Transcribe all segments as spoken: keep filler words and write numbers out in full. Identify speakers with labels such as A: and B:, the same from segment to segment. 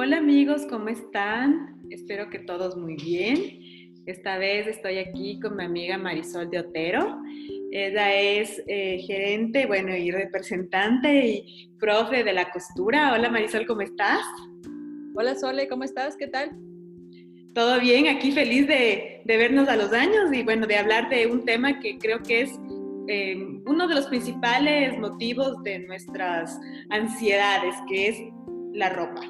A: Hola amigos, ¿cómo están? Espero que todos muy bien. Esta vez estoy aquí con mi amiga Marisol de Otero. Ella es eh, gerente, bueno, y representante y profe de la costura. Hola Marisol, ¿cómo estás?
B: Hola Sole, ¿cómo estás? ¿Qué tal?
A: Todo bien, aquí feliz de, de vernos a los años y bueno, de hablar de un tema que creo que es eh, uno de los principales motivos de nuestras ansiedades, que es la ropa.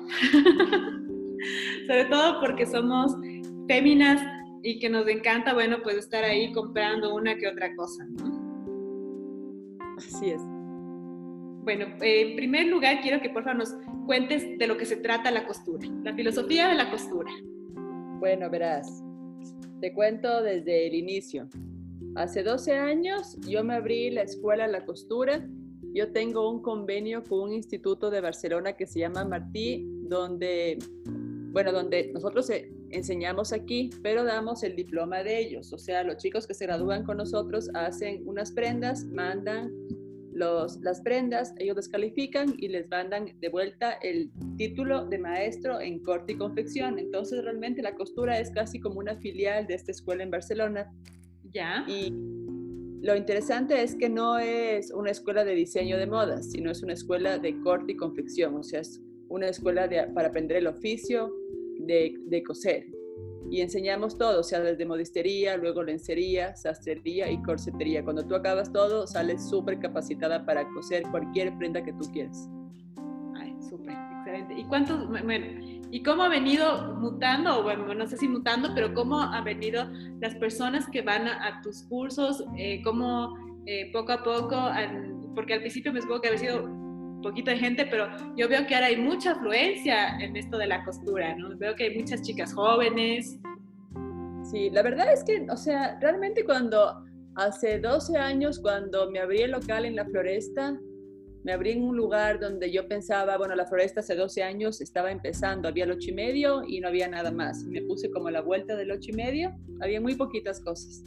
A: Sobre todo porque somos féminas y que nos encanta, bueno, pues estar ahí comprando una que otra cosa, ¿no?
B: Así es.
A: Bueno, eh, en primer lugar quiero que por favor nos cuentes de lo que se trata la costura, la filosofía de la costura.
B: Bueno, verás, te cuento desde el inicio. Hace doce años yo me abrí la escuela La Costura. Yo tengo un convenio con un instituto de Barcelona que se llama Martí, donde, bueno, donde nosotros enseñamos aquí, pero damos el diploma de ellos. O sea, los chicos que se gradúan con nosotros hacen unas prendas, mandan los, las prendas, ellos les califican y les mandan de vuelta el título de maestro en corte y confección. Entonces, realmente la costura es casi como una filial de esta escuela en Barcelona.
A: ¿Ya?
B: Y lo interesante es que no es una escuela de diseño de modas, sino es una escuela de corte y confección. O sea, es una escuela de, para aprender el oficio de, de coser. Y enseñamos todo, o sea, desde modistería, luego lencería, sastrería y corsetería. Cuando tú acabas todo, sales súper capacitada para coser cualquier prenda que tú quieras.
A: Ay, súper, excelente. ¿Y cuántos, bueno, y cómo ha venido mutando, o bueno, no sé si mutando, pero cómo han venido las personas que van a, a tus cursos, eh, cómo eh, poco a poco, han, porque al principio me supongo que había sido un poquito de gente, pero yo veo que ahora hay mucha afluencia en esto de la costura, ¿no? Veo que hay muchas chicas jóvenes.
B: Sí, la verdad es que, o sea, realmente cuando hace doce años, cuando me abrí el local en la Floresta, me abrí en un lugar donde yo pensaba, bueno, la Floresta hace doce años estaba empezando, había el ocho y medio y no había nada más. Me puse como a la vuelta del ocho y medio, había muy poquitas cosas.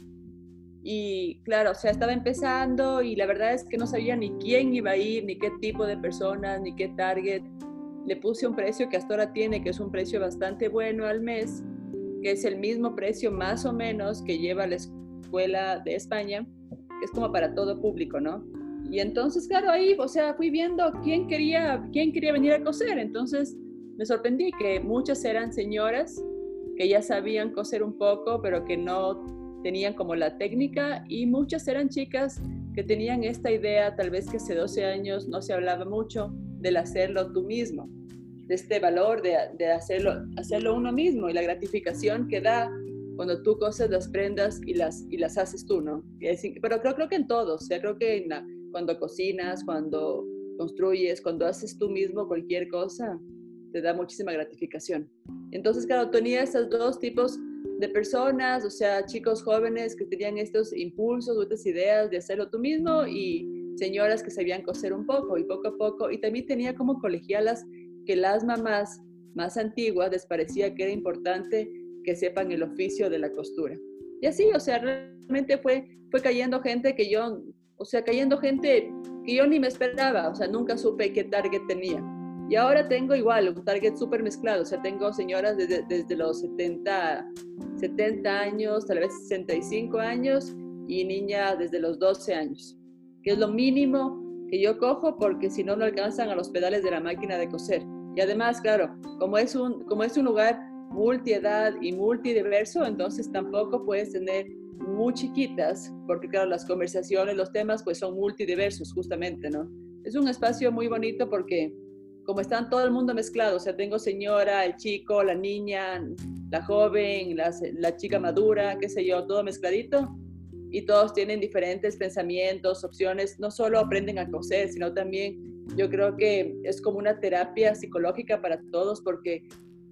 B: Y claro, o sea, estaba empezando y la verdad es que no sabía ni quién iba a ir, ni qué tipo de personas, ni qué target. Le puse un precio que hasta ahora tiene, que es un precio bastante bueno al mes, que es el mismo precio más o menos que lleva la escuela de España, que es como para todo público, ¿no? Y entonces, claro, ahí, o sea, fui viendo quién quería, quién quería venir a coser. Entonces me sorprendí que muchas eran señoras que ya sabían coser un poco, pero que no tenían como la técnica, y muchas eran chicas que tenían esta idea, tal vez que hace doce años no se hablaba mucho del hacerlo tú mismo, de este valor de, de hacerlo, hacerlo uno mismo y la gratificación que da cuando tú coses las prendas y las, y las haces tú, ¿no? Pero creo, creo que en todo, o sea, creo que en la, cuando cocinas, cuando construyes, cuando haces tú mismo cualquier cosa, te da muchísima gratificación. Entonces, claro, tenía estos dos tipos de personas, o sea, chicos jóvenes que tenían estos impulsos, estas ideas de hacerlo tú mismo, y señoras que sabían coser un poco y poco a poco, y también tenía como colegialas que las mamás más antiguas les parecía que era importante que sepan el oficio de la costura. Y así, o sea, realmente fue, fue cayendo gente que yo, o sea, cayendo gente que yo ni me esperaba, o sea, nunca supe qué target tenía. Y ahora tengo igual un target súper mezclado, o sea, tengo señoras desde, desde los setenta, setenta años, tal vez sesenta y cinco años, y niñas desde los doce años, que es lo mínimo que yo cojo, porque si no, no alcanzan a los pedales de la máquina de coser. Y además, claro, como es un, como es un lugar multiedad y multidiverso, entonces tampoco puedes tener muy chiquitas, porque claro, las conversaciones, los temas, pues son multidiversos justamente, ¿no? Es un espacio muy bonito porque como están todo el mundo mezclado, o sea, tengo señora, el chico, la niña, la joven, la, la chica madura, qué sé yo, todo mezcladito, y todos tienen diferentes pensamientos, opciones, no solo aprenden a coser, sino también yo creo que es como una terapia psicológica para todos, porque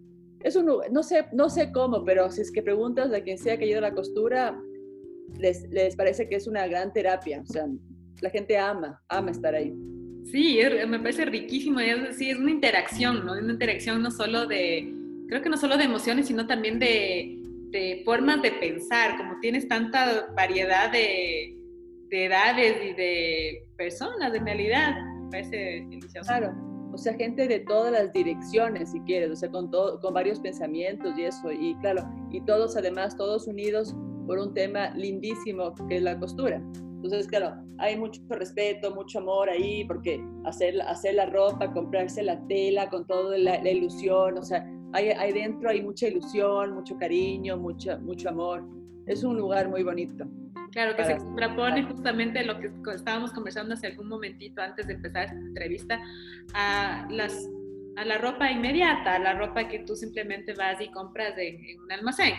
B: es un, no sé, no sé cómo, pero si es que preguntas a quien sea que ha ido a la costura, les, les parece que es una gran terapia, o sea, la gente ama, ama estar ahí.
A: Sí, me parece riquísimo, es, sí, es una interacción, ¿no? Una interacción no solo de, creo que no solo de emociones, sino también de, de formas de pensar, como tienes tanta variedad de, de edades y de personas, en realidad, me parece delicioso.
B: Claro, o sea, gente de todas las direcciones, si quieres, o sea, con, todo, con varios pensamientos y eso, y claro, y todos además, todos unidos por un tema lindísimo que es la costura. Entonces, claro, hay mucho respeto, mucho amor ahí, porque hacer, hacer la ropa, comprarse la tela con toda la, la ilusión, o sea, hay, hay dentro hay mucha ilusión, mucho cariño, mucho, mucho amor. Es un lugar muy bonito.
A: Claro, que se extrapone justamente lo que estábamos conversando hace algún momentito antes de empezar esta entrevista, a, las, a la ropa inmediata, a la ropa que tú simplemente vas y compras en, en un almacén.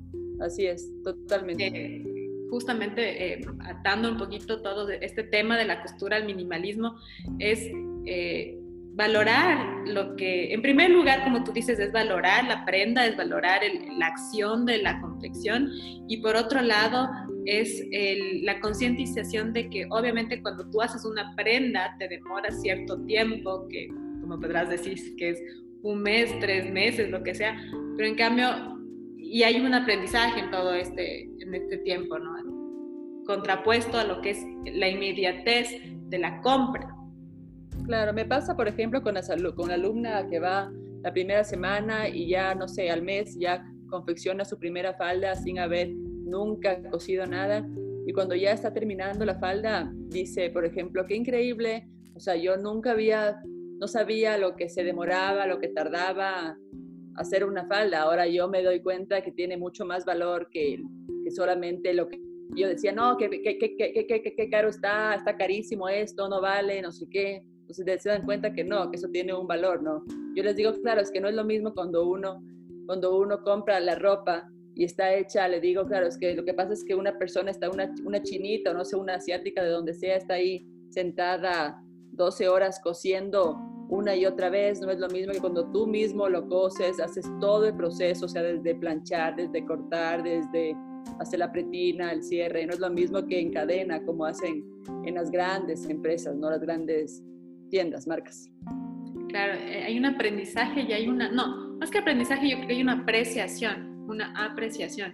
B: Así es, totalmente.
A: Eh, justamente eh, atando un poquito todo este tema de la costura al minimalismo, es eh, valorar lo que, en primer lugar, como tú dices, es valorar la prenda, es valorar el, la acción de la confección, y por otro lado es el, la concientización de que obviamente cuando tú haces una prenda te demora cierto tiempo, que como podrás decir que es un mes, tres meses, lo que sea, pero en cambio, y hay un aprendizaje en todo este, en este tiempo, ¿no? Contrapuesto a lo que es la inmediatez de la compra.
B: Claro, me pasa, por ejemplo, con, la, con una alumna que va la primera semana y ya, no sé, al mes ya confecciona su primera falda sin haber nunca cosido nada. Y cuando ya está terminando la falda, dice, por ejemplo, qué increíble, o sea, yo nunca había, no sabía lo que se demoraba, lo que tardaba hacer una falda. Ahora yo me doy cuenta que tiene mucho más valor que, que solamente lo que yo decía, no, que, que, que, que, que, que, que caro está, está carísimo esto, no vale, no sé qué. Entonces se dan cuenta que no, que eso tiene un valor, ¿no? Yo les digo, claro, es que no es lo mismo cuando uno, cuando uno compra la ropa y está hecha, le digo, claro, es que lo que pasa es que una persona está, una, una chinita o no sé, una asiática de donde sea, está ahí sentada doce horas cosiendo una y otra vez. No es lo mismo que cuando tú mismo lo coses, haces todo el proceso, o sea, desde planchar, desde cortar, desde hacer la pretina, el cierre. No es lo mismo que en cadena, como hacen en las grandes empresas, no las grandes tiendas, marcas.
A: Claro, hay un aprendizaje y hay una, no, más que aprendizaje, yo creo que hay una apreciación, una apreciación.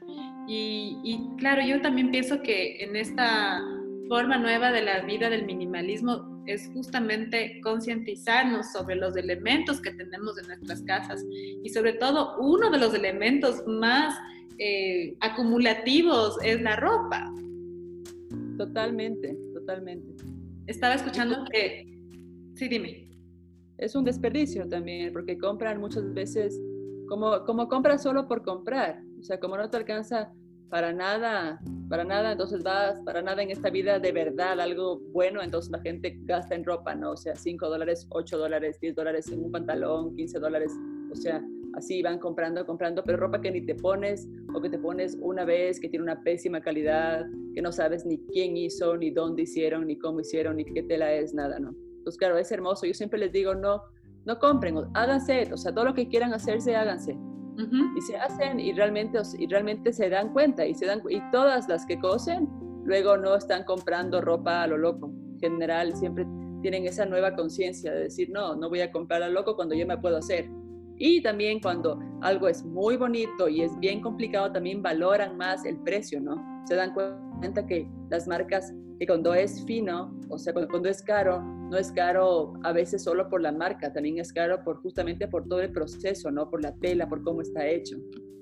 A: Y, y claro, yo también pienso que en esta forma nueva de la vida del minimalismo es justamente concientizarnos sobre los elementos que tenemos en nuestras casas, y sobre todo uno de los elementos más eh, acumulativos es la ropa.
B: Totalmente, totalmente.
A: Estaba escuchando que... Sí, dime.
B: Es un desperdicio también, porque compran muchas veces, como, como compras solo por comprar, o sea, como no te alcanza para nada, para nada, entonces vas, para nada en esta vida de verdad, algo bueno, entonces la gente gasta en ropa, ¿no? O sea, cinco dólares, ocho dólares, diez dólares en un pantalón, quince dólares, o sea, así van comprando, comprando, pero ropa que ni te pones, o que te pones una vez, que tiene una pésima calidad, que no sabes ni quién hizo, ni dónde hicieron, ni cómo hicieron, ni qué tela es, nada, ¿no? Pues claro, es hermoso. Yo siempre les digo, no, no compren, háganse, o sea, todo lo que quieran hacerse, háganse. Uh-huh. Y se hacen y realmente, y realmente se dan cuenta, y, se dan, y todas las que cosen, luego no están comprando ropa a lo loco. En general, siempre tienen esa nueva conciencia de decir, no, no voy a comprar a lo loco cuando yo me puedo hacer. Y también cuando algo es muy bonito y es bien complicado, también valoran más el precio, ¿no? Se dan cuenta que las marcas, que cuando es fino, o sea, cuando, cuando es caro, no es caro a veces solo por la marca, también es caro por, justamente por todo el proceso, ¿no? Por la tela, por cómo está hecho.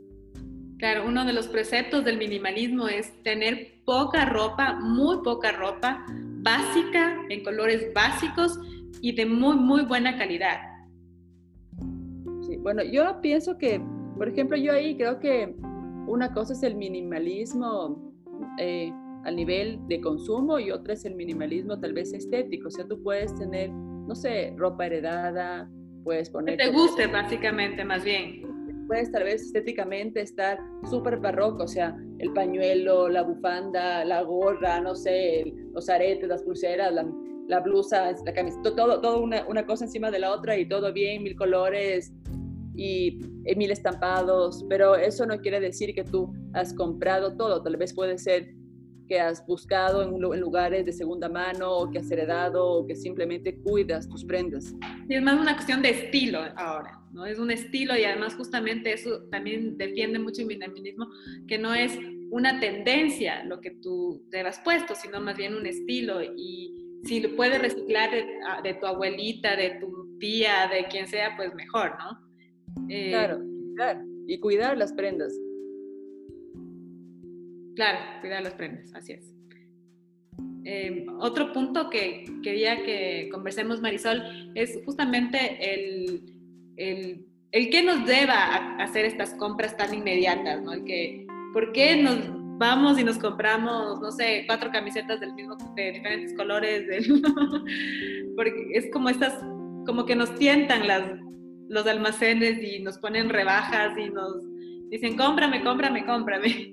A: Claro, uno de los preceptos del minimalismo es tener poca ropa, muy poca ropa, básica, en colores básicos y de muy, muy buena calidad.
B: Sí, bueno, yo pienso que, por ejemplo, yo ahí creo que una cosa es el minimalismo eh, a nivel de consumo y otra es el minimalismo tal vez estético. O sea, tú puedes tener, no sé, ropa heredada, puedes poner...
A: Que te guste básicamente, más bien.
B: Puedes tal vez estéticamente estar súper barroco, o sea, el pañuelo, la bufanda, la gorra, no sé, el, los aretes, las pulseras, la, la blusa, la camiseta, todo, todo una, una cosa encima de la otra y todo bien, mil colores y, y mil estampados, pero eso no quiere decir que tú has comprado todo. Tal vez puede ser que has buscado en, en lugares de segunda mano, o que has heredado, o que simplemente cuidas tus prendas.
A: Y es más una cuestión de estilo ahora, ¿no? Es un estilo, y además justamente eso también defiende mucho el minimalismo, que no es una tendencia lo que tú te has puesto, sino más bien un estilo. Y si lo puedes reciclar de, de tu abuelita, de tu tía, de quien sea, pues mejor, ¿no?
B: Eh, claro, claro, y cuidar las prendas.
A: Claro, cuidar las prendas, así es. Eh, otro punto que quería que conversemos, Marisol, es justamente el, el, el qué nos lleva a hacer estas compras tan inmediatas, ¿no? El que, ¿por qué nos vamos y nos compramos, no sé, cuatro camisetas del mismo, de diferentes colores? Del, porque es como estas, como que nos tientan las, los almacenes y nos ponen rebajas y nos dicen, cómprame, cómprame, cómprame.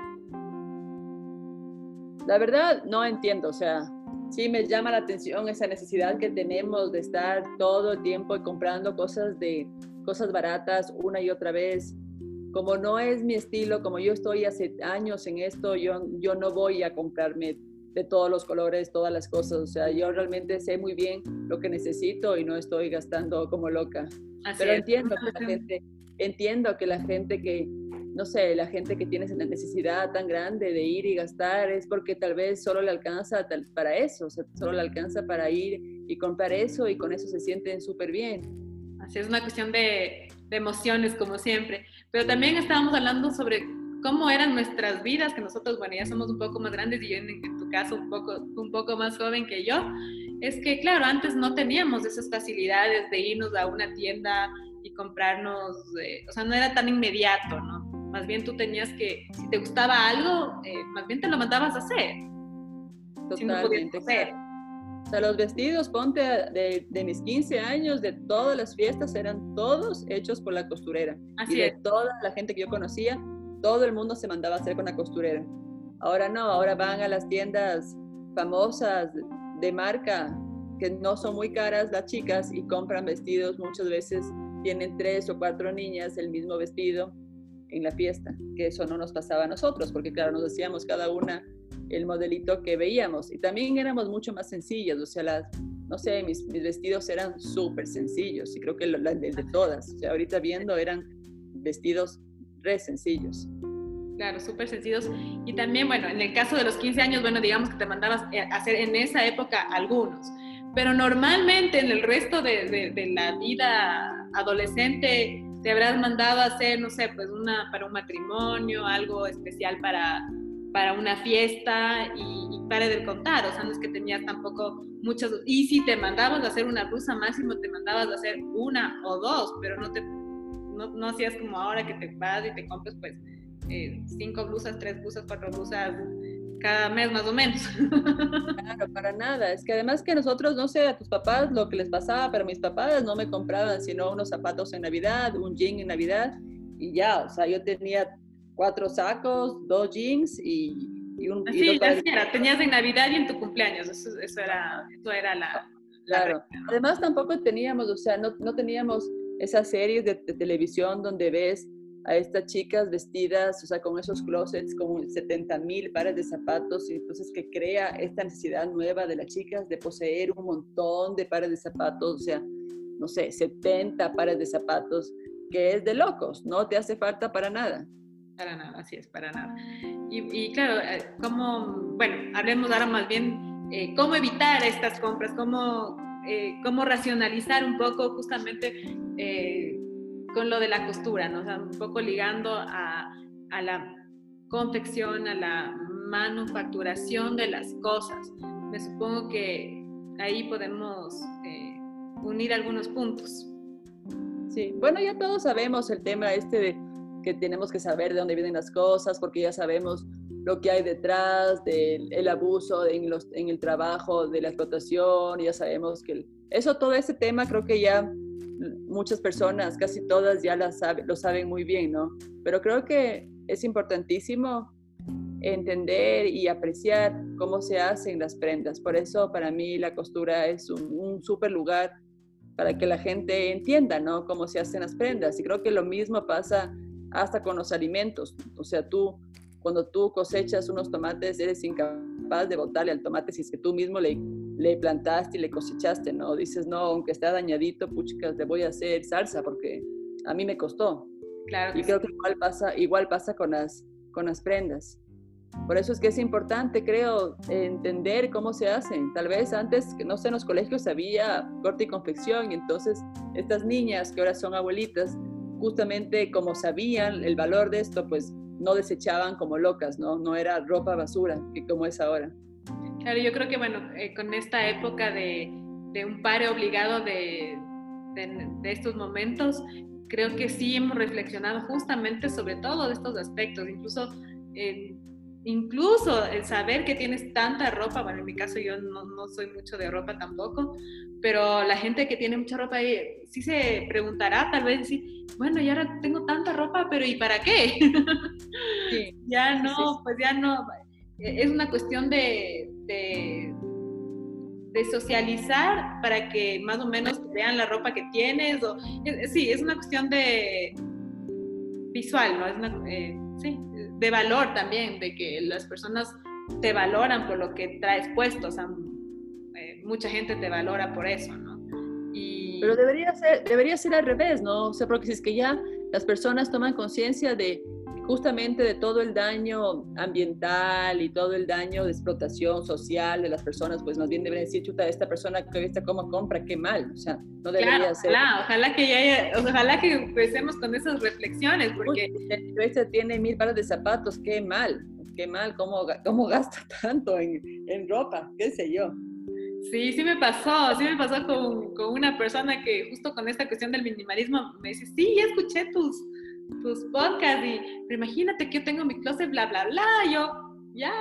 B: La verdad, no entiendo, o sea, sí me llama la atención esa necesidad que tenemos de estar todo el tiempo comprando cosas de cosas baratas una y otra vez. Como no es mi estilo, como yo estoy hace años en esto, yo, yo no voy a comprarme de todos los colores, todas las cosas. O sea, yo realmente sé muy bien lo que necesito y no estoy gastando como loca. Así Pero es. entiendo que la gente, entiendo que la gente que no sé, la gente que tiene esa necesidad tan grande de ir y gastar es porque tal vez solo le alcanza para eso, o sea, solo le alcanza para ir y comprar eso y con eso se sienten súper bien.
A: Así es, una cuestión de, de emociones como siempre, pero también estábamos hablando sobre cómo eran nuestras vidas, que nosotros, bueno, ya somos un poco más grandes y yo en, en tu caso un poco, un poco más joven que yo, es que claro, antes no teníamos esas facilidades de irnos a una tienda y comprarnos, eh, o sea, no era tan inmediato, ¿no? Más bien tú tenías que, si te gustaba algo, eh, más bien te lo mandabas a hacer.
B: Totalmente. Si no podías hacer. O sea, los vestidos, ponte, de, de mis quince años, de todas las fiestas, eran todos hechos por la costurera.
A: Así
B: y de
A: es.
B: toda la gente que yo conocía, todo el mundo se mandaba a hacer con la costurera. Ahora no, ahora van a las tiendas famosas de marca, que no son muy caras las chicas, y compran vestidos. Muchas veces tienen tres o cuatro niñas el mismo vestido en la fiesta, que eso no nos pasaba a nosotros, porque claro, nos hacíamos cada una el modelito que veíamos, y también éramos mucho más sencillas, o sea, las, no sé, mis, mis vestidos eran súper sencillos, y creo que el de, de todas, o sea, ahorita viendo eran vestidos re sencillos.
A: Claro, súper sencillos, y también, bueno, en el caso de los quince años, bueno, digamos que te mandabas a hacer en esa época algunos, pero normalmente en el resto de, de, de la vida adolescente te habrás mandado a hacer, no sé, pues una para un matrimonio, algo especial para, para una fiesta y, y pare de contar, o sea, no es que tenías tampoco muchas, y si te mandabas a hacer una blusa, máximo te mandabas a hacer una o dos, pero no te, no, no hacías como ahora que te vas y te compras pues eh, cinco blusas, tres blusas, cuatro blusas cada mes más o menos.
B: Claro, para nada. Es que además que nosotros, no sé, a tus papás lo que les pasaba, pero mis papás no me compraban sino unos zapatos en Navidad, un jean en Navidad y ya. O sea, yo tenía cuatro sacos, dos jeans y, y un...
A: Sí,
B: y dos
A: así era. Tenías en Navidad y en tu cumpleaños. Eso, eso, era, eso era la...
B: Claro.
A: La
B: además tampoco teníamos, o sea, no, no teníamos esas series de, de televisión donde ves a estas chicas vestidas, o sea, con esos closets, con setenta mil pares de zapatos, y entonces que crea esta necesidad nueva de las chicas de poseer un montón de pares de zapatos, o sea, no sé, setenta pares de zapatos, que es de locos, no te hace falta para nada.
A: Para nada, así es, para nada. Y, y claro, cómo, bueno, hablemos ahora más bien, eh, cómo evitar estas compras, cómo, eh, cómo racionalizar un poco justamente... Eh, con lo de la costura, ¿no? O sea, un poco ligando a, a la confección, a la manufacturación de las cosas. Me supongo que ahí podemos eh, unir algunos puntos.
B: Sí, bueno, ya todos sabemos el tema este de que tenemos que saber de dónde vienen las cosas, porque ya sabemos lo que hay detrás del el abuso en, los, en el trabajo, de la explotación, ya sabemos que el, eso, todo ese tema creo que ya muchas personas, casi todas ya la sabe, lo saben muy bien, ¿no? Pero creo que es importantísimo entender y apreciar cómo se hacen las prendas. Por eso para mí la costura es un, un súper lugar para que la gente entienda, ¿no? Cómo se hacen las prendas. Y creo que lo mismo pasa hasta con los alimentos. O sea, tú, cuando tú cosechas unos tomates, eres incapaz de botarle al tomate si es que tú mismo le, le plantaste y le cosechaste, ¿no? Dices, no, aunque está dañadito, puchicas, le voy a hacer salsa porque a mí me costó.
A: Claro que
B: y creo
A: sí.
B: que igual pasa, igual pasa con las, con las prendas. Por eso es que es importante, creo, entender cómo se hacen. Tal vez antes, no sé, en los colegios había corte y confección, y entonces estas niñas que ahora son abuelitas, justamente como sabían el valor de esto, pues no desechaban como locas, ¿no? No era ropa basura, que como es ahora.
A: Claro, yo creo que, bueno, eh, con esta época de, de un pare obligado de, de, de estos momentos, creo que sí hemos reflexionado justamente sobre todos estos aspectos, incluso... Eh, incluso el saber que tienes tanta ropa, bueno, en mi caso yo no, no soy mucho de ropa tampoco, pero la gente que tiene mucha ropa eh, sí se preguntará tal vez decir, bueno, y ahora tengo tanta ropa, pero ¿y para qué?
B: Sí,
A: Ya no,
B: sí, sí.
A: pues ya no, es una cuestión de, de, de socializar para que más o menos vean la ropa que tienes, o, sí, es una cuestión de visual, ¿no? Es una, eh, sí, de valor también, de que las personas te valoran por lo que traes puesto, o sea, eh, mucha gente te valora por eso, ¿no? Y...
B: Pero debería ser, debería ser al revés, ¿no? O sea, porque si es que ya las personas toman conciencia de justamente de todo el daño ambiental y todo el daño de explotación social de las personas, pues más bien deberían decir, chuta, esta persona que viste cómo compra, qué mal, o sea, no debería
A: claro,
B: ser.
A: Ojalá, ojalá que ya haya, ojalá que empecemos con esas reflexiones, porque...
B: Uy, este tiene mil pares de zapatos, qué mal, qué mal, cómo, cómo gasta tanto en, en ropa, qué sé yo.
A: Sí, sí me pasó, sí me pasó con, con una persona que justo con esta cuestión del minimalismo me dice, sí, ya escuché tus, tus podcasts, y, pero imagínate que yo tengo mi closet, bla, bla, bla, yo, ya.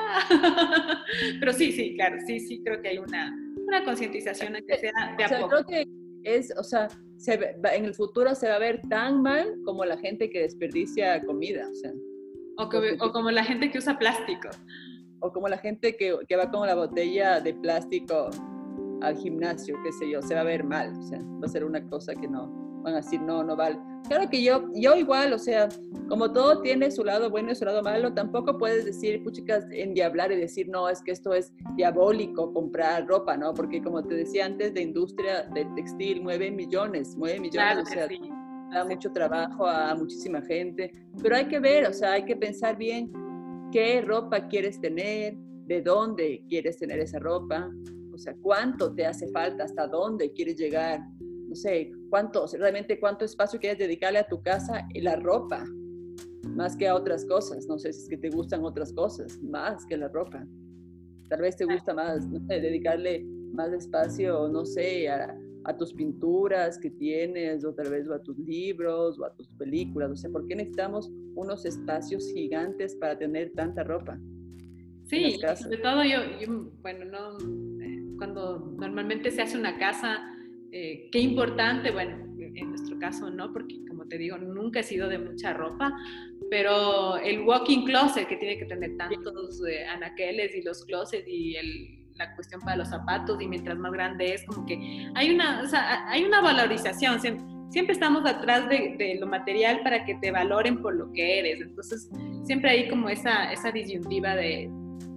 A: Pero sí, sí, claro, sí, sí, creo que hay una, una concientización que sea de
B: O
A: a
B: sea,
A: poco.
B: creo que es, o sea, se ve, en el futuro se va a ver tan mal como la gente que desperdicia comida, o sea.
A: O, que, o como la gente que usa plástico.
B: O como la gente que, que va con la botella de plástico al gimnasio, qué sé yo, se va a ver mal, o sea, va a ser una cosa que no, van a decir, no, no vale. Claro que yo, yo igual, o sea, como todo tiene su lado bueno y su lado malo, tampoco puedes decir, puchicas, endiablar y decir, no, es que esto es diabólico comprar ropa, ¿no? Porque como te decía antes, la industria del textil mueve millones, mueve millones,
A: Claro
B: o sea,
A: sí.
B: da
A: Sí.
B: mucho trabajo a muchísima gente, pero hay que ver, o sea, hay que pensar bien qué ropa quieres tener, de dónde quieres tener esa ropa, o sea, cuánto te hace falta, hasta dónde quieres llegar, no sé, cuánto, realmente cuánto espacio quieres dedicarle a tu casa y la ropa, más que a otras cosas, no sé si es que te gustan otras cosas, más que la ropa. Tal vez te gusta más, no sé, dedicarle más espacio, no sé, a, a tus pinturas que tienes, o tal vez o a tus libros, o a tus películas, o sea, ¿por qué necesitamos unos espacios gigantes para tener tanta ropa?
A: Sí, y sobre todo yo, yo bueno, no, eh, cuando normalmente se hace una casa, eh, qué importante, bueno, en nuestro caso no, porque como te digo, nunca he sido de mucha ropa, pero el walk-in closet que tiene que tener tantos eh, anaqueles y los closets y el, la cuestión para los zapatos, y mientras más grande es, como que hay una, o sea, hay una valorización, siempre, siempre estamos atrás de, de lo material para que te valoren por lo que eres, entonces siempre hay como esa, esa disyuntiva de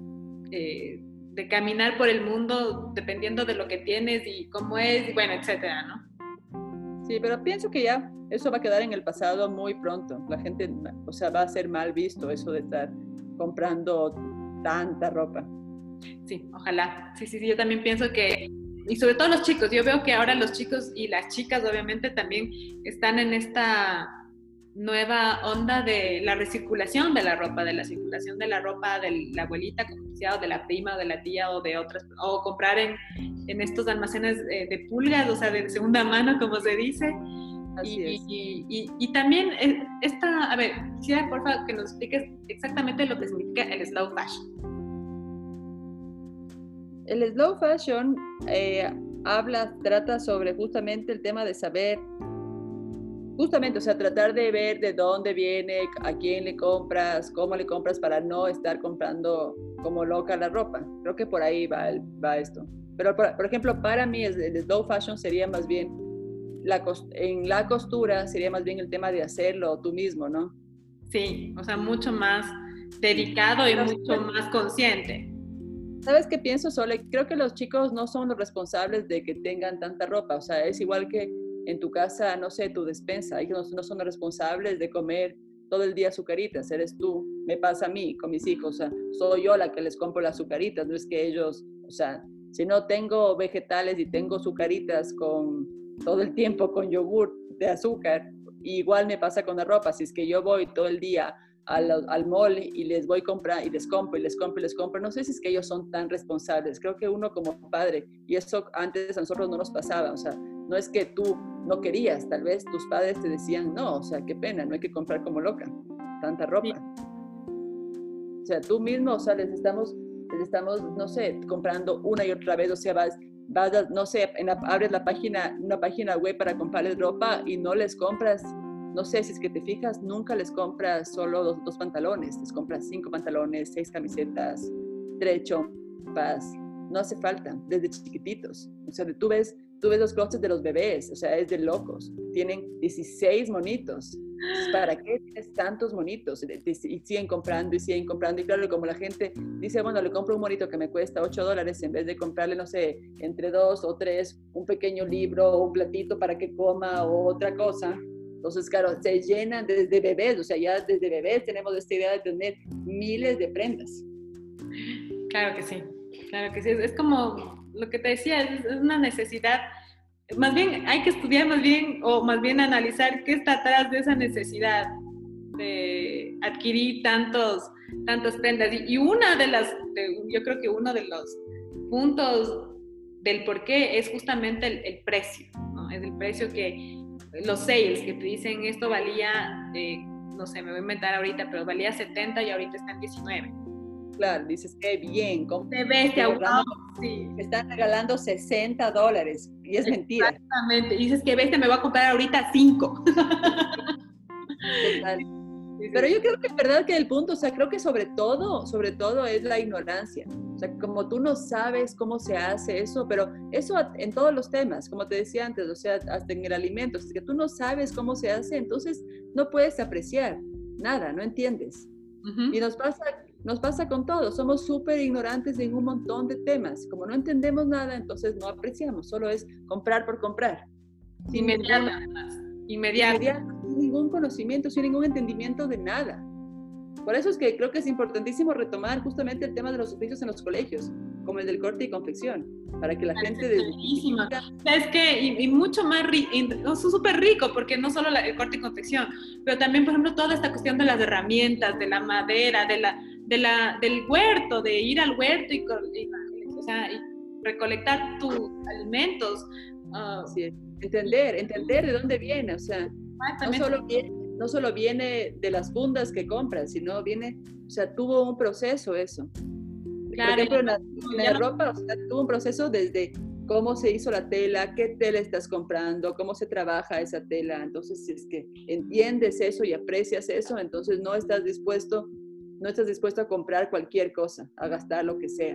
A: Eh, de caminar por el mundo dependiendo de lo que tienes y cómo es, y bueno, etcétera, ¿no?
B: Sí, pero pienso que ya eso va a quedar en el pasado muy pronto. La gente, o sea, va a ser mal visto eso de estar comprando tanta ropa.
A: Sí, ojalá. Sí, sí, sí, yo también pienso que, y sobre todo los chicos, yo veo que ahora los chicos y las chicas obviamente también están en esta nueva onda de la recirculación de la ropa, de la circulación de la ropa de la abuelita, como decía, o de la prima, o de la tía, o de otras, o comprar en, en estos almacenes eh, de pulgas, o sea, de segunda mano, como se dice.
B: Así
A: y,
B: es.
A: y, y, y también esta, a ver, quisiera por favor que nos expliques exactamente lo que significa el slow fashion.
B: El slow fashion eh, habla, trata sobre justamente el tema de saber, justamente, o sea, tratar de ver de dónde viene, a quién le compras, cómo le compras para no estar comprando como loca la ropa. Creo que por ahí va, el, va esto. Pero, por, por ejemplo, para mí el, el slow fashion sería más bien, la, en la costura sería más bien el tema de hacerlo tú mismo, ¿no?
A: Sí, o sea, mucho más dedicado y mucho más consciente.
B: ¿Sabes qué pienso, Sole? Creo que los chicos no son los responsables de que tengan tanta ropa. O sea, es igual que en tu casa, no sé, tu despensa. Ellos no son los responsables de comer todo el día azucaritas. Eres tú. me pasa a mí con mis hijos, o sea, soy yo la que les compro las azucaritas, no es que ellos, o sea, si no tengo vegetales y tengo azucaritas con todo el tiempo con yogur de azúcar, igual me pasa con la ropa, si es que yo voy todo el día al, al mall y les voy a comprar y les compro y les compro y les compro, no sé si es que ellos son tan responsables, creo que uno como padre, y eso antes a nosotros no nos pasaba, o sea, no es que tú no querías, tal vez tus padres te decían, no, o sea, qué pena, no hay que comprar como loca tanta ropa. Sí. O sea, tú mismo, o sea, les estamos, les estamos, no sé, comprando una y otra vez, o sea, vas, vas a, no sé, en la, abres la página, una página web para comprarles ropa y no les compras, no sé, si es que te fijas, nunca les compras solo dos, dos pantalones, les compras cinco pantalones, seis camisetas, tres chompas, no hace falta, desde chiquititos. O sea, tú ves, tú ves los closets de los bebés, o sea, es de locos. Tienen dieciséis monitos. ¿Para qué tienes tantos monitos? Y siguen comprando y siguen comprando. Y claro, como la gente dice, bueno, le compro un monito que me cuesta ocho dólares en vez de comprarle, no sé, entre dos o tres, un pequeño libro o un platito para que coma o otra cosa. Entonces, claro, se llenan desde bebés. O sea, ya desde bebés tenemos esta idea de tener miles de prendas.
A: Claro que sí. Claro que sí, es, es como lo que te decía, es, es una necesidad, más bien hay que estudiar más bien, o más bien analizar qué está atrás de esa necesidad de adquirir tantos, tantas prendas. Y, y una de las, de, yo creo que uno de los puntos del por qué es justamente el, el precio, ¿no? Es el precio que, los sales que te dicen esto valía, eh, no sé, me voy a inventar ahorita, pero valía setenta y ahorita está en diecinueve.
B: Claro, dices, qué bien.
A: De bestia, wow, sí.
B: Están regalando sesenta dólares y es mentira.
A: Exactamente. Y dices, qué bestia, me voy a comprar ahorita cinco.
B: Total. Sí, sí. Pero yo creo que es verdad que el punto, o sea, creo que sobre todo, sobre todo es la ignorancia. O sea, como tú no sabes cómo se hace eso, pero eso en todos los temas, como te decía antes, o sea, hasta en el alimento, es que tú no sabes cómo se hace, entonces no puedes apreciar nada, no entiendes. Uh-huh. Y nos pasa... Nos pasa con todo, somos súper ignorantes en un montón de temas. Como no entendemos nada, entonces no apreciamos, solo es comprar por comprar.
A: Sin Inmediato, ningún, Inmediato.
B: Inmediato. Sin ningún conocimiento, sin ningún entendimiento de nada. Por eso es que creo que es importantísimo retomar justamente el tema de los oficios en los colegios, como el del corte y confección, para que la
A: es
B: gente... Desde...
A: Es que, y, y mucho más rico, es súper rico, porque no solo la, el corte y confección, pero también, por ejemplo, toda esta cuestión de las herramientas, de la madera, de la... De la, del huerto, de ir al huerto y, y, o sea, y recolectar tus alimentos. Uh,
B: sí, entender, entender de dónde viene, o sea, no solo viene, no solo viene de las fundas que compras, sino viene, o sea, tuvo un proceso eso. Claro, Por ejemplo, en la, en la ropa, o sea, tuvo un proceso desde cómo se hizo la tela, qué tela estás comprando, cómo se trabaja esa tela. Entonces, si es que entiendes eso y aprecias eso, entonces no estás dispuesto no estás dispuesto a comprar cualquier cosa, a gastar lo que sea.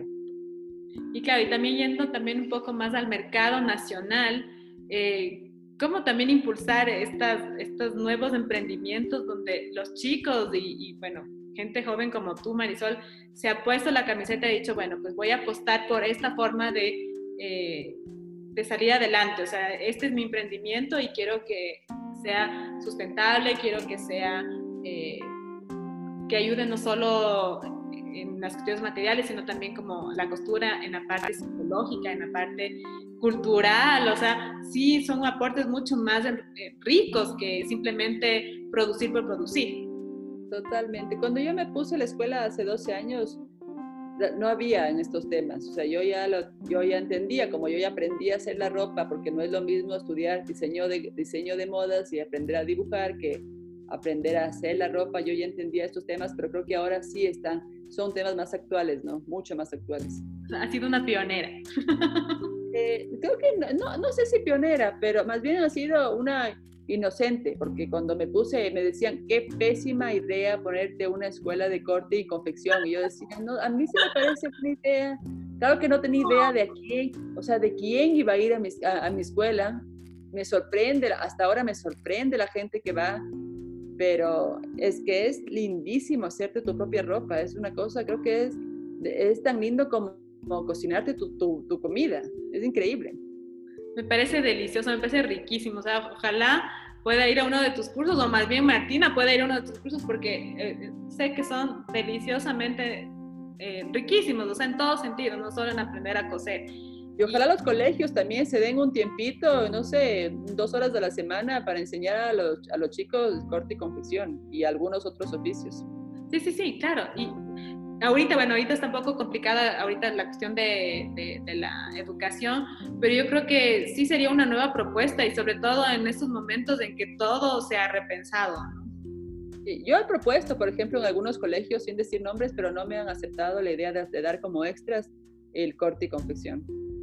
A: Y claro, y también yendo también un poco más al mercado nacional, eh, cómo también impulsar estas, estos nuevos emprendimientos donde los chicos y, y, bueno, gente joven como tú, Marisol, se ha puesto la camiseta y ha dicho, bueno, pues voy a apostar por esta forma de, eh, de salir adelante. O sea, este es mi emprendimiento y quiero que sea sustentable, quiero que sea... Eh, que ayude no solo en las cuestiones materiales, sino también como la costura en la parte psicológica, en la parte cultural. O sea, sí son aportes mucho más ricos que simplemente producir por producir.
B: Totalmente. Cuando yo me puse a la escuela hace doce años, no había en estos temas. O sea, yo ya, lo, yo ya entendía, como yo ya aprendí a hacer la ropa, porque no es lo mismo estudiar diseño de, diseño de modas y aprender a dibujar que aprender a hacer la ropa. Yo ya entendía estos temas, pero creo que ahora sí están, son temas más actuales, ¿no? Mucho más actuales.
A: Ha sido una pionera.
B: Eh, creo que, no, no, no sé si pionera, pero más bien ha sido una inocente, porque cuando me puse, me decían, qué pésima idea ponerte una escuela de corte y confección, y yo decía, no, a mí sí me parece una idea. Claro que no tenía idea de a quién, o sea, de quién iba a ir a mi, a, a mi escuela. Me sorprende, hasta ahora me sorprende la gente que va, pero es que es lindísimo hacerte tu propia ropa, es una cosa, creo que es, es tan lindo como, como cocinarte tu, tu, tu comida, es increíble.
A: Me parece delicioso, me parece riquísimo, o sea, ojalá pueda ir a uno de tus cursos, o más bien Martina pueda ir a uno de tus cursos, porque eh, sé que son deliciosamente eh, riquísimos, o sea, en todo sentido, no solo en aprender a coser.
B: Y ojalá los colegios también se den un tiempito, no sé, dos horas de la semana para enseñar a los, a los chicos corte y confección y algunos otros oficios.
A: Sí, sí, sí, claro. Y ahorita, bueno, ahorita está un poco complicada ahorita la cuestión de, de, de la educación, pero yo creo que sí sería una nueva propuesta, y sobre todo en estos momentos en que todo se ha repensado, ¿no?
B: Yo he propuesto, por ejemplo, en algunos colegios, sin decir nombres, pero no me han aceptado la idea de, de dar como extras el corte y confección.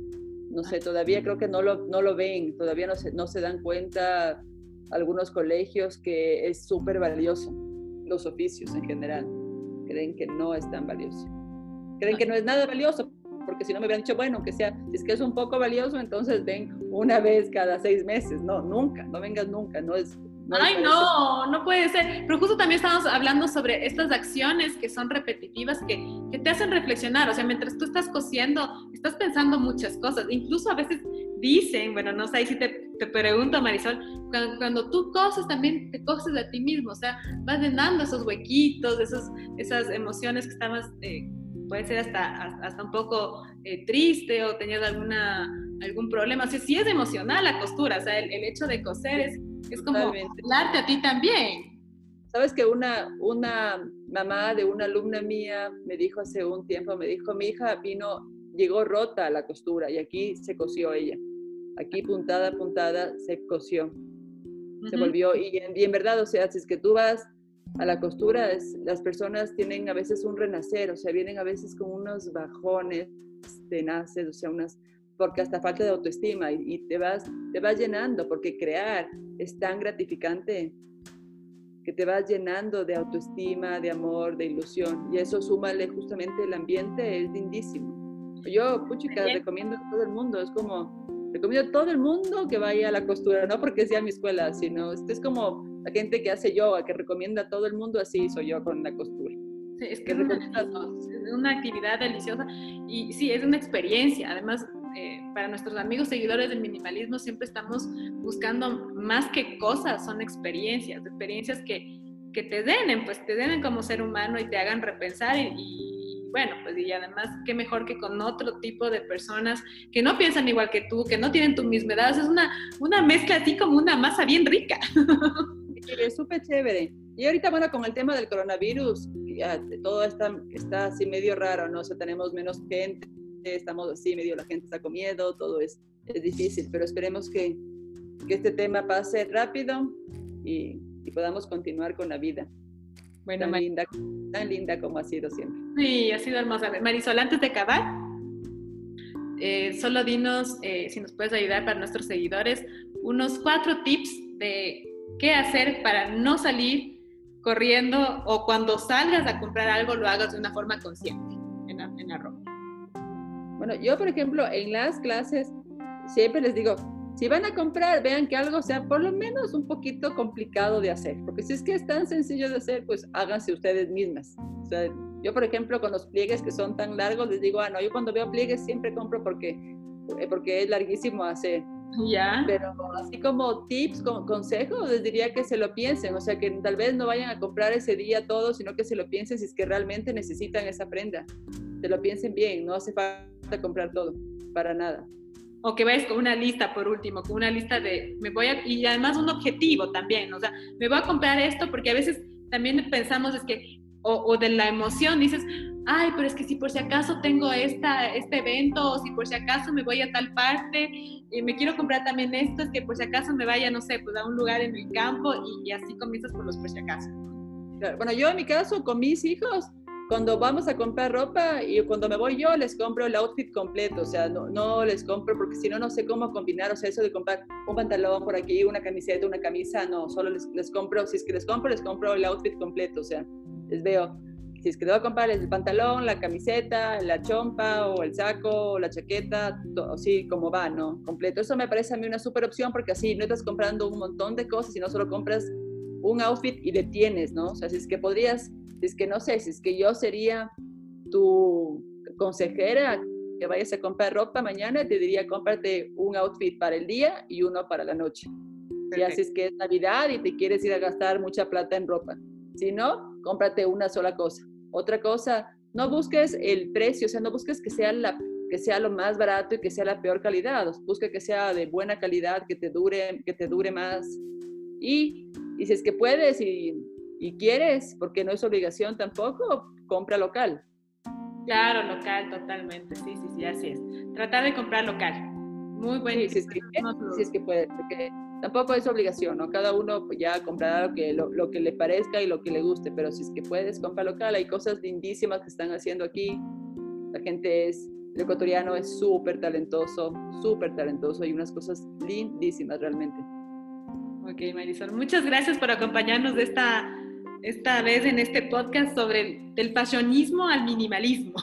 B: No sé, todavía creo que no lo, no lo ven, todavía no se, no se dan cuenta algunos colegios que es súper valioso, los oficios en general. Creen que no es tan valioso. Creen que no es nada valioso, porque si no me hubieran dicho, bueno, aunque sea, si es que es un poco valioso, entonces ven una vez cada seis meses. No, nunca, no vengas nunca, no es...
A: No Ay, no, no puede ser. Pero justo también estábamos hablando sobre estas acciones que son repetitivas, que, que te hacen reflexionar. O sea, mientras tú estás cosiendo, estás pensando muchas cosas. Incluso a veces dicen, bueno, no sé, ahí sí te, te pregunto, Marisol, cuando, cuando tú coses también te coses a ti mismo. O sea, vas llenando esos huequitos, esos, esas emociones que estabas, eh, puede ser hasta, hasta un poco eh, triste, o tenías alguna, algún problema. O sea, sí es emocional la costura. O sea, el, el hecho de coser es... Es como hablarte a ti también.
B: Sabes que una, una mamá de una alumna mía me dijo hace un tiempo, me dijo, mi hija vino, llegó rota a la costura y aquí se cosió ella. Aquí puntada a puntada se cosió. Uh-huh. Se volvió, y en, y en verdad, o sea, si es que tú vas a la costura, es, las personas tienen a veces un renacer, o sea, vienen a veces con unos bajones tenaces, o sea, unas... porque hasta falta de autoestima, y, y te, vas, te vas llenando, porque crear es tan gratificante que te vas llenando de autoestima, de amor, de ilusión, y eso súmale justamente el ambiente, es lindísimo. Yo, puchica, recomiendo a todo el mundo, es como, recomiendo a todo el mundo que vaya a la costura, no porque sea mi escuela, sino es, es como la gente que hace yoga, que recomienda a todo el mundo, así soy yo con la costura.
A: Sí, es que es una, es una actividad deliciosa, y sí, es una experiencia, además. Eh, para nuestros amigos seguidores del minimalismo siempre estamos buscando más que cosas, son experiencias, experiencias que, que te den, pues te den como ser humano y te hagan repensar, y, y bueno, pues y además qué mejor que con otro tipo de personas que no piensan igual que tú, que no tienen tu misma edad. Es una, una mezcla así como una masa bien rica.
B: Sí, es súper chévere. Y ahorita, bueno, con el tema del coronavirus, ya, todo está, está así medio raro, ¿no? O sea, tenemos menos gente, estamos así, medio la gente está con miedo, todo es, es difícil, pero esperemos que, que este tema pase rápido y, y podamos continuar con la vida. Bueno, tan, Mar- linda, tan linda como ha sido siempre.
A: Sí, ha sido hermosa. Marisol, antes de acabar, eh, solo dinos, eh, si nos puedes ayudar para nuestros seguidores, unos cuatro tips de qué hacer para no salir corriendo, o cuando salgas a comprar algo lo hagas de una forma consciente en la, en la ropa.
B: Bueno, yo, por ejemplo, en las clases siempre les digo, si van a comprar, vean que algo sea por lo menos un poquito complicado de hacer, porque si es que es tan sencillo de hacer, pues háganse ustedes mismas. O sea, yo, por ejemplo, con los pliegues que son tan largos, les digo, ah, no, yo cuando veo pliegues siempre compro porque, porque es larguísimo hacer.
A: Ya.
B: Pero así como tips, como consejos, les diría que se lo piensen, o sea, que tal vez no vayan a comprar ese día todo, sino que se lo piensen si es que realmente necesitan esa prenda. Se lo piensen bien, no hace falta comprar todo, para nada.
A: O que vayas con una lista, por último, con una lista de, me voy a, y además un objetivo también, o sea, me voy a comprar esto, porque a veces también pensamos es que, o, o de la emoción, dices, ay, pero es que si por si acaso tengo esta, este evento, o si por si acaso me voy a tal parte, y me quiero comprar también esto, es que por si acaso me vaya, no sé, pues a un lugar en el campo, y, y así comienzas por los por si acaso.
B: Claro. Bueno, yo en mi caso, con mis hijos, cuando vamos a comprar ropa y cuando me voy yo, les compro el outfit completo, o sea, no, no les compro porque si no, no sé cómo combinar, o sea, eso de comprar un pantalón por aquí, una camiseta, una camisa, no, solo les, les compro, si es que les compro, les compro el outfit completo, o sea, les veo, si es que debo comprar el pantalón, la camiseta, la chompa o el saco o la chaqueta, todo, así como va, ¿no? Completo. Eso me parece a mí una súper opción porque así no estás comprando un montón de cosas, sino solo compras un outfit y detienes, ¿no? O sea, si es que podrías, si es que no sé, si es que yo sería tu consejera que vayas a comprar ropa mañana, te diría cómprate un outfit para el día y uno para la noche. Si haces que es Navidad y te quieres ir a gastar mucha plata en ropa. Si no, cómprate una sola cosa. Otra cosa, no busques el precio, o sea, no busques que sea, la, que sea lo más barato y que sea la peor calidad. Busca que sea de buena calidad, que te dure, que te dure más. Y, y si es que puedes y, y quieres, porque no es obligación tampoco, compra local.
A: Claro, local, totalmente. Sí, sí, sí, así es. Tratar de comprar local. Muy bueno.
B: Sí, si es que, si es que puedes, porque tampoco es obligación, ¿no? Cada uno ya comprará lo que, lo, lo que le parezca y lo que le guste, pero si es que puedes, compra local. Hay cosas lindísimas que están haciendo aquí. La gente es, el ecuatoriano es súper talentoso, súper talentoso y unas cosas lindísimas realmente.
A: Ok, Marisol, muchas gracias por acompañarnos de esta, esta vez en este podcast sobre el, del fashionismo al minimalismo.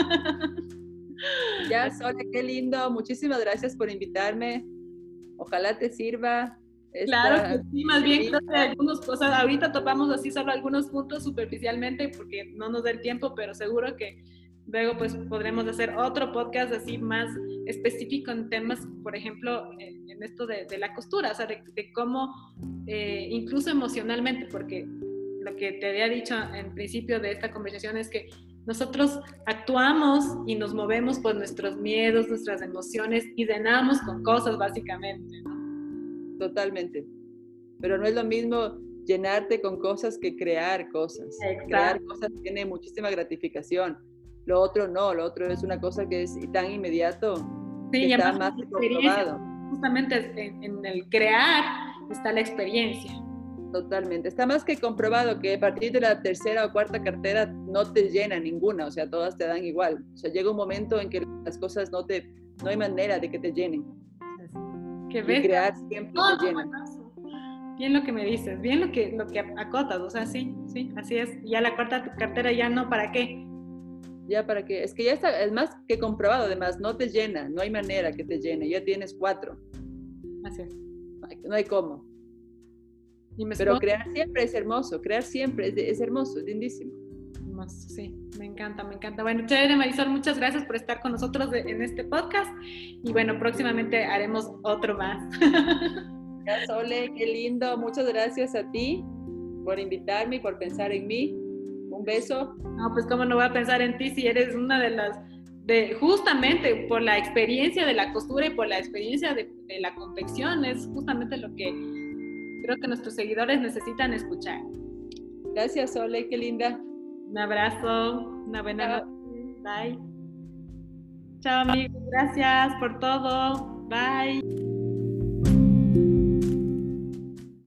B: Ya, Sole, qué lindo. Muchísimas gracias por invitarme. Ojalá te sirva. Esta...
A: Claro que sí, más bien creo que algunas cosas, ahorita topamos así solo algunos puntos superficialmente porque no nos da el tiempo, pero seguro que luego pues podremos hacer otro podcast así más específico en temas, por ejemplo, en, en esto de, de la costura, o sea, de, de cómo, eh, incluso emocionalmente, porque lo que te había dicho en principio de esta conversación es que nosotros actuamos y nos movemos por nuestros miedos, nuestras emociones y llenamos con cosas básicamente, ¿no?
B: Totalmente. Pero no es lo mismo llenarte con cosas que crear cosas. Exacto. Crear cosas tiene muchísima gratificación. Lo otro no, lo otro es una cosa que es tan inmediato, sí, que está más que comprobado.
A: Justamente en, en el crear está la experiencia.
B: Totalmente. Está más que comprobado que a partir de la tercera o cuarta cartera no te llena ninguna, o sea, todas te dan igual. O sea, llega un momento en que las cosas no te, no hay manera de que te llenen.
A: Que ves,
B: y crear siempre
A: oh,
B: te llena.
A: Bien lo que me dices, bien lo que, lo que acotas, o sea, sí, sí, así es. Ya la cuarta cartera ya no, ¿para qué?
B: Ya para qué, es que ya está, es más que comprobado, además, no te llena, no hay manera que te llene, ya tienes cuatro.
A: Así es.
B: No hay, no hay cómo.
A: Y me
B: Pero
A: supongo...
B: crear siempre es hermoso, crear siempre es, es hermoso, es lindísimo.
A: Sí, me encanta, me encanta. Bueno, chévere, Marisol, muchas gracias por estar con nosotros de, en este podcast y bueno, próximamente haremos otro más.
B: Ya, Sole, qué lindo, muchas gracias a ti por invitarme y por pensar en mí. Un beso.
A: No, pues cómo no voy a pensar en ti si eres una de las, de, justamente por la experiencia de la costura y por la experiencia de, de la confección, es justamente lo que creo que nuestros seguidores necesitan escuchar.
B: Gracias, Sole, qué linda.
A: Un abrazo, una buena noche. Bye. Chao, amigos. Gracias por todo. Bye.